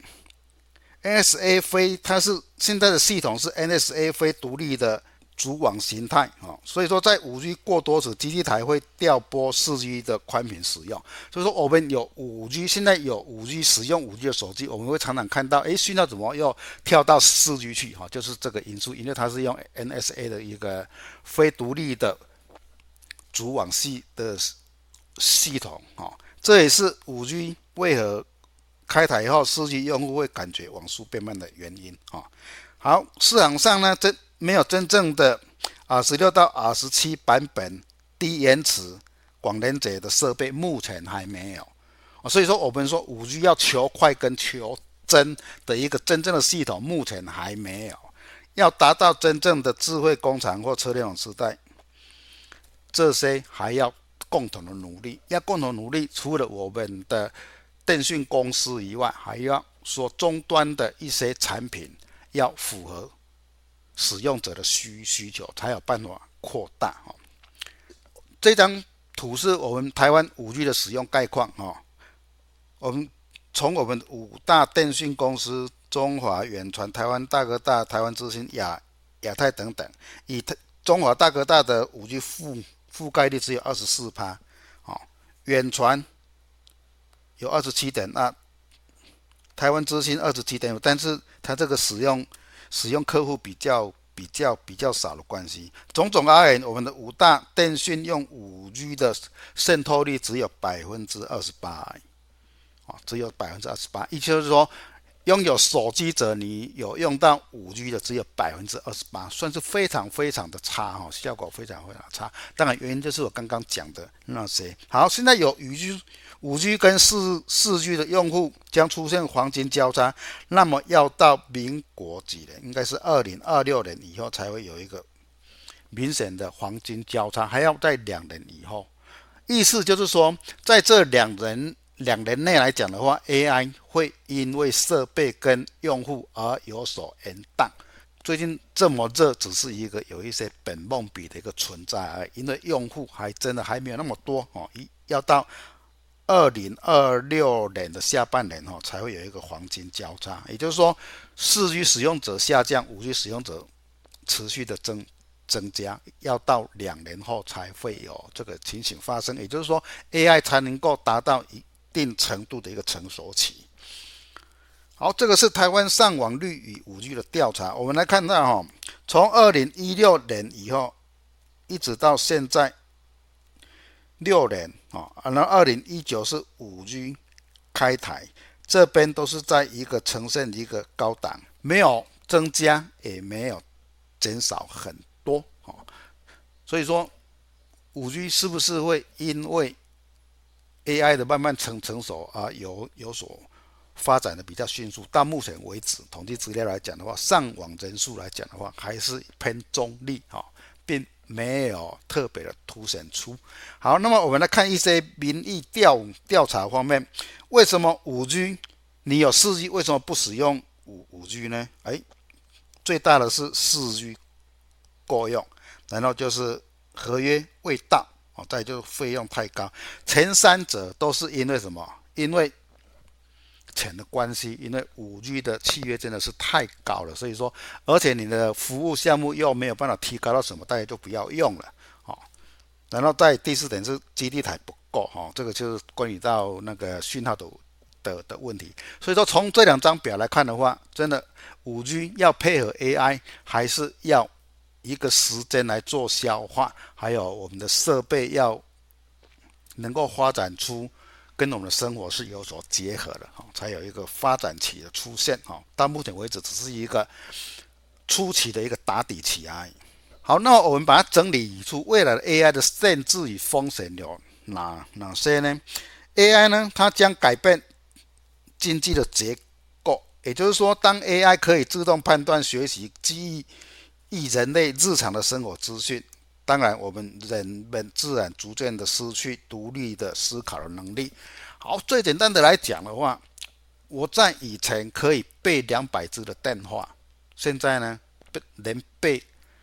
NSA 非它是现在的系统是 NSA 非独立的组网形态所以说在 5G 过多时，基地台会调拨 4G 的宽频使用。所以说我们有 5G， 现在有 5G 使用 5G 的手机，我们会常常看到讯号怎么又跳到 4G 去就是这个因素，因为它是用 NSA 的一个非独立的组网系统这也是 5G 为何开台后 4G 用户会感觉网速变慢的原因好，市场上呢没有真正的 R16 到 R17 版本低延迟广连接的设备，目前还没有所以说我们说 5G 要求快跟求真的一个真正的系统，目前还没有。要达到真正的智慧工厂或车联网时代，这些还要共同的努力。要共同努力，除了我们的电讯公司以外，还要说终端的一些产品要符合使用者的需求，才有办法扩大这张图是我们台湾 5G 的使用概况我们从我们5大电讯公司中华、远传、台湾大哥大、台湾之星、亚太等等，以中华大哥大的 5G 覆盖率只有 24%远传有 27.2%， 台湾之星 27.5%， 但是它这个使用客户比较少的关系。种而言，我们的5大电讯用 5G 的渗透率只有 28% 而已只有 28%， 意思就是说拥有手机者，你有用到 5G 的只有 28%， 算是非常非常的差效果非常非常差。当然原因就是我刚刚讲的那些。好，现在有 5G 跟 4G 的用户将出现黄金交叉，那么要到民国几年，应该是2026年以后才会有一个明显的黄金交叉，还要在2年以后。意思就是说，在这2年内来讲的话， AI 会因为设备跟用户而有所延宕。最近这么热，只是有一些本梦比的一个存在而已，因为用户真的还没有那么多要到2026年的下半年才会有一个黄金交叉。也就是说 4G 使用者下降， 5G 使用者持续的增加，要到2年后才会有这个情形发生。也就是说 AI 才能够达到一定程度的一个成熟期。 好，这个是台湾上网率与 5G 的调查。我们来看到从2016年以后一直到现在6年然后2019是 5G 开台，这边都是在一个呈现一个高档，没有增加也没有减少很多所以说 5G 是不是会因为 AI 的慢慢成熟有所发展的比较迅速？到目前为止，统计资料来讲的话，上网人数来讲的话，还是偏中立并没有特别的凸显出。好，那么我们来看一些民意调查方面，为什么 5G 你有 4G 为什么不使用 5G 呢？最大的是 4G 够用，然后就是合约未到再就是费用太高，前三者都是因为什么？因为钱的关系，因为 5G 的契约真的是太高了，所以说，而且你的服务项目又没有办法提高到什么，大家就不要用了然后在第4点是基地台不够这个就是关于到那个讯号的问题。所以说从这2张表来看的话，真的 5G 要配合 AI 还是要一个时间来做消化，还有我们的设备要能够发展出跟我们的生活是有所结合的才有一个发展期的出现到目前为止只是一个初期的一个打底期而已。好，那我们把它整理出未来的 AI 的限制与风险有哪些呢？ AI 呢，它将改变经济的结构，也就是说，当 AI 可以自动判断、学习、记忆人类日常的生活资讯，当然我们人们自然逐渐的失去独立的思考的能力。好，最简单的来讲的话，我在以前可以背200支的电话，现在呢连背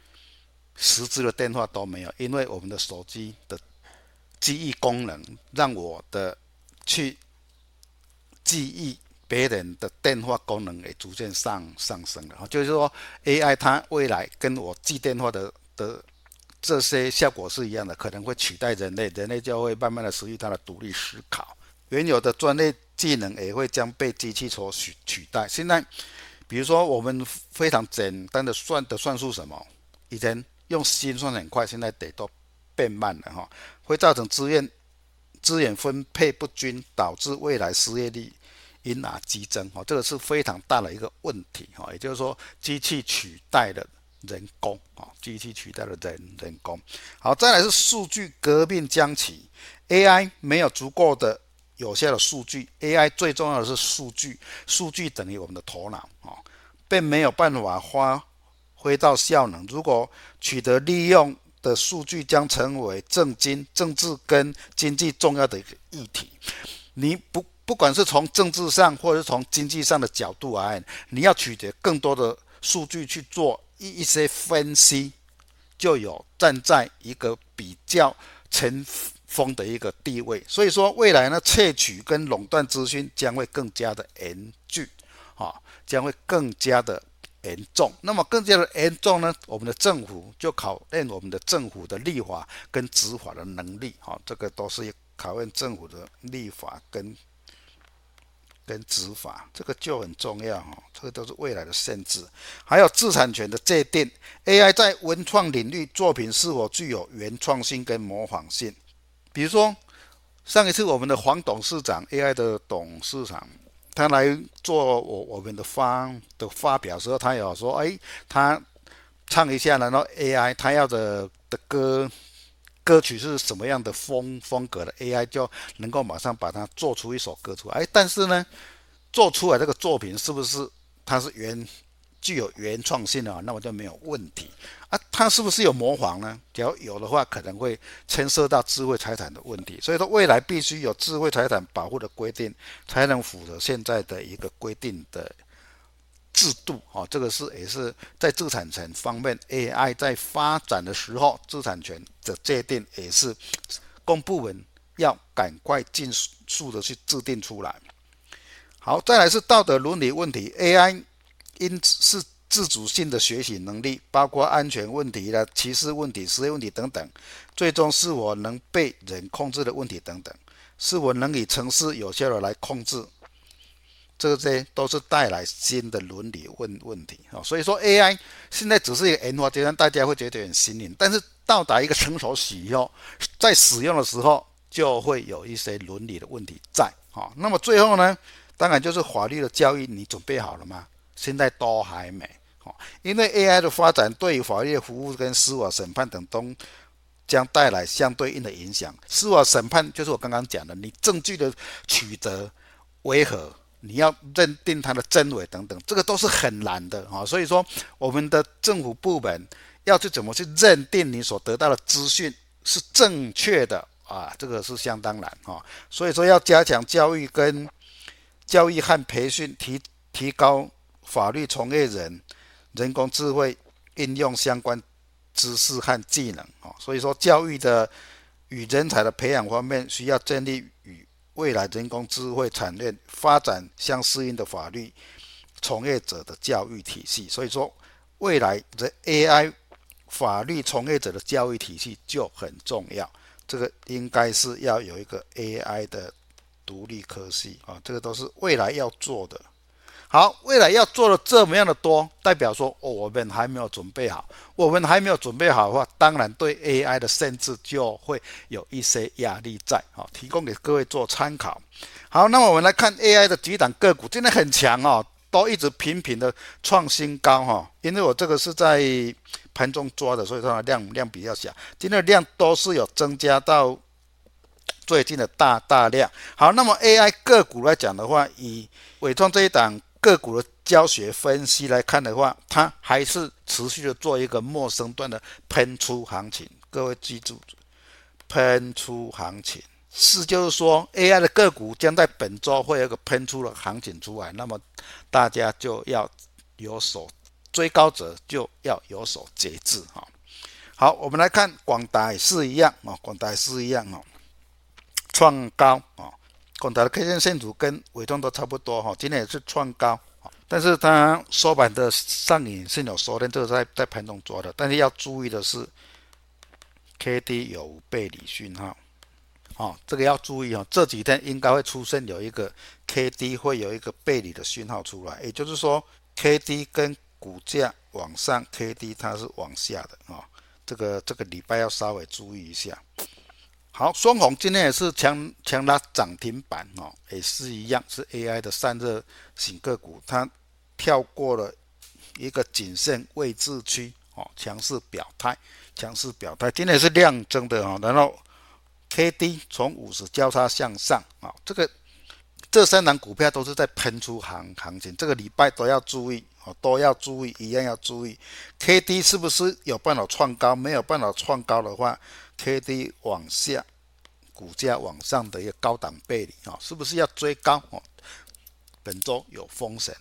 10支的电话都没有，因为我们的手机的记忆功能让我的去记忆别人的电话功能也逐渐上升了。就是说 AI 它未来跟我记电话的这些效果是一样的，可能会取代人类，人类就会慢慢的失去它的独立思考，原有的专业技能也会将被机器所取代。现在比如说我们非常简单的算术什么，以前用心算很快，现在得都变慢了会造成资源分配不均，导致未来失业率因而激增这个是非常大的一个问题也就是说机器取代了人工机器取代了人工。好，再来是数据革命将起， AI 没有足够的有效的数据， AI 最重要的是数据等于我们的头脑并没有办法发挥到效能。如果取得利用的数据将成为政治跟经济重要的一个议题。你不管是从政治上或者是从经济上的角度而言，你要取得更多的数据去做一些分析，就有站在一个比较前锋的一个地位。所以说未来呢，窃取跟垄断资讯将会更加的严峻将会更加的严重。那么更加的严重呢，我们的政府就考验我们的政府的立法跟执法的能力这个都是考验政府的立法跟执法，这个就很重要这个都是未来的限制。还有知识产权的界定， AI 在文创领域作品是否具有原创性跟模仿性。比如说上一次我们的黄董事长 AI 的董事长他来做我们的发表的时候，他有说他唱一下，然后 AI 他要的歌曲是什么样的风格的， AI 就能够马上把它做出一首歌出来。但是呢，做出来这个作品是不是它是具有原创性的那么就没有问题它是不是有模仿呢？只要有的话，可能会牵涉到智慧财产的问题。所以说未来必须有智慧财产保护的规定，才能符合现在的一个规定的制度这个也是在知识产权方面 AI 在发展的时候，知识产权的界定也是公部门要赶快尽速的去制定出来。好，再来是道德伦理问题， AI 因是自主性的学习能力，包括安全问题啦、歧视问题、实业问题等等，最终是否能被人控制的问题等等，是否能以程式有效的来控制这些都是带来新的伦理问题啊。所以说 AI 现在只是一个研发阶段，大家会觉得很新颖，但是到达一个成熟期以后，在使用的时候就会有一些伦理的问题在啊。那么最后呢，当然就是法律的教育，你准备好了吗？现在都还没。因为 AI 的发展对于法律的服务跟司法审判等都将带来相对应的影响。司法审判就是我刚刚讲的，你证据的取得为何，你要认定它的真伪等等，这个都是很难的啊。所以说，我们的政府部门要去怎么去认定你所得到的资讯是正确的啊，这个是相当难啊。所以说，要加强教育和培训，提高法律从业人人工智慧应用相关知识和技能。所以说，教育的与人才的培养方面，需要建立与未来人工智慧产业发展相适应的法律从业者的教育体系。所以说，未来的 AI 法律从业者的教育体系就很重要，这个应该是要有一个 AI 的独立科系啊，这个都是未来要做的。好，未来要做的这么样的多，代表说我们还没有准备好。我们还没有准备好的话，当然对 AI 的限制就会有一些压力在，提供给各位做参考。好，那么我们来看 AI 的几档个股，今天很强哦，都一直频频的创新高哈。因为我这个是在盘中抓的，所以它的量比较小，今天的量都是有增加到最近的大量。好，那么 AI 个股来讲的话，以伟创这一档个股的教学分析来看的话，它还是持续的做一个末升段的喷出行情。各位记住，喷出行情是就是说 AI 的个股将在本周会有一个喷出的行情出来，那么大家就要有所追高者就要有所节制。好，我们来看广达也是一样，创高广达的 K 线图跟伟创都差不多，今天也是创高，但是它收盘的上影线有收敛，这个在盘中抓的，但是要注意的是 KD 有背离讯号，这个要注意，这几天应该会出现有一个 KD 会有一个背离的讯号出来，也就是说 KD 跟股价往上 ，KD 它是往下的这个礼拜要稍微注意一下。好，双红今天也是强拉涨停板也是一样，是 AI 的散热型个股，它跳过了一个颈线位置区强势表态，今天也是量增的然后 KD 从50交叉向上这三档股票都是在喷出行情，这个礼拜都要注意，一样要注意 KD 是不是有办法创高，没有办法创高的话 KD 往下，股价往上的一个高档背离是不是要追高本周有风险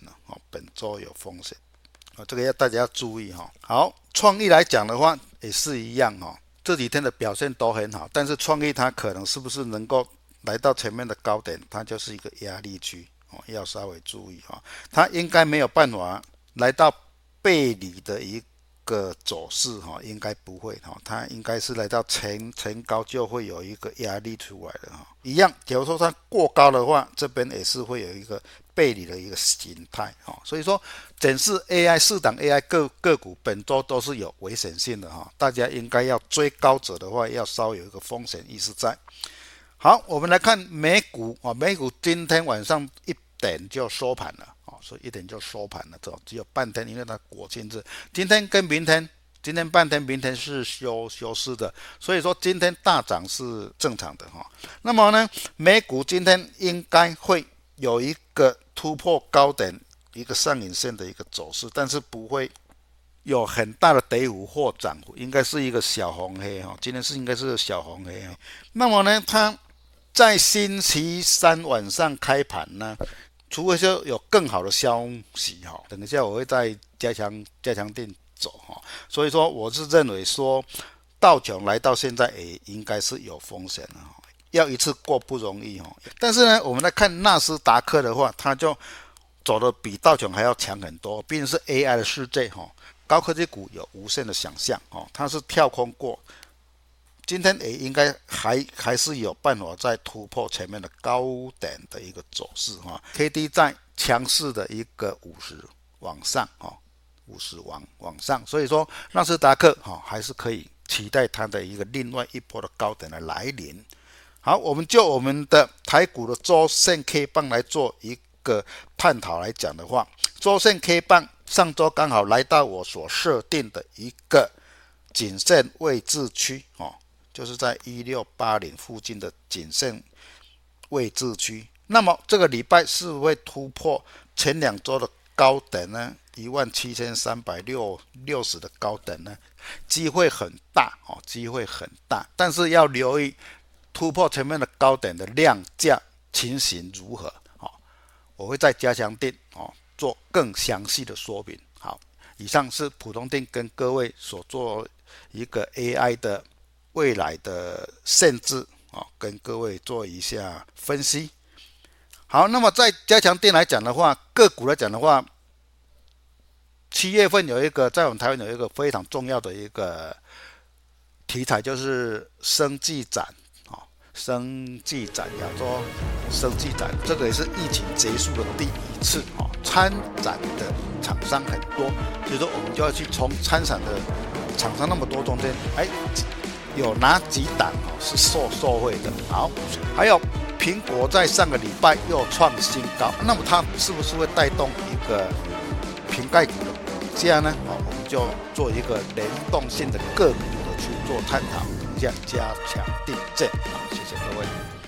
这个大家要注意好，创意来讲的话也是一样这几天的表现都很好，但是创意它可能是不是能够来到前面的高点，它就是一个压力区要稍微注意它应该没有办法来到背离的一个走势应该不会它应该是来到前高就会有一个压力出来的一样，假如说它过高的话，这边也是会有一个背离的一个形态所以说整市 AI 四档 AI 个股本周都是有危险性的大家应该要追高者的话，要稍微有一个风险意识在。好，我们来看美股美股今天晚上1点就收盘了所以1点就收盘了，只有半天，因为它国庆日，今天跟明天，今天半天，明天是休市的，所以说今天大涨是正常的那么呢，美股今天应该会有一个突破高点，一个上影线的一个走势，但是不会有很大的跌幅或涨幅，应该是一个小红黑今天应该是小红黑那么呢，它在星期三晚上开盘呢，除非说有更好的消息等一下我会再加强定走所以说我是认为说道琼来到现在也应该是有风险的要一次过不容易但是呢，我们来看纳斯达克的话，它就走得比道琼还要强很多，毕竟是 AI 的世界高科技股有无限的想象它是跳空过，今天也应该还是有办法再突破前面的高点的一个走势KD 在强势的一个50往上50往上，所以说纳斯达克还是可以期待它的一个另外一波的高点的来临。好，我们就我们的台股的周线 K 棒来做一个探讨来讲的话，周线 K 棒上周刚好来到我所设定的一个颈线位置区就是在1680附近的颈线位置区。那么这个礼拜是不是会突破前2周的高点呢？17360的高点呢？机会很大机会很大，但是要留意突破前面的高点的量价情形如何我会在加强定做更详细的说明。好，以上是普通定跟各位所做一个 AI 的未来的限制跟各位做一下分析。好，那么在加强定来讲的话，个股来讲的话，7月份有一个在我们台湾有一个非常重要的一个题材，就是生技展生技展，亚洲生技展，这个也是疫情结束的第1次参展的厂商很多，所以说我们就要去从参展的厂商那么多中间，有哪几档是受惠的。好，还有苹果在上个礼拜又创新高，那么它是不是会带动一个瓶盖股的股价呢？我们就做一个联动性的个股的去做探讨。等一下加强定见，谢谢各位。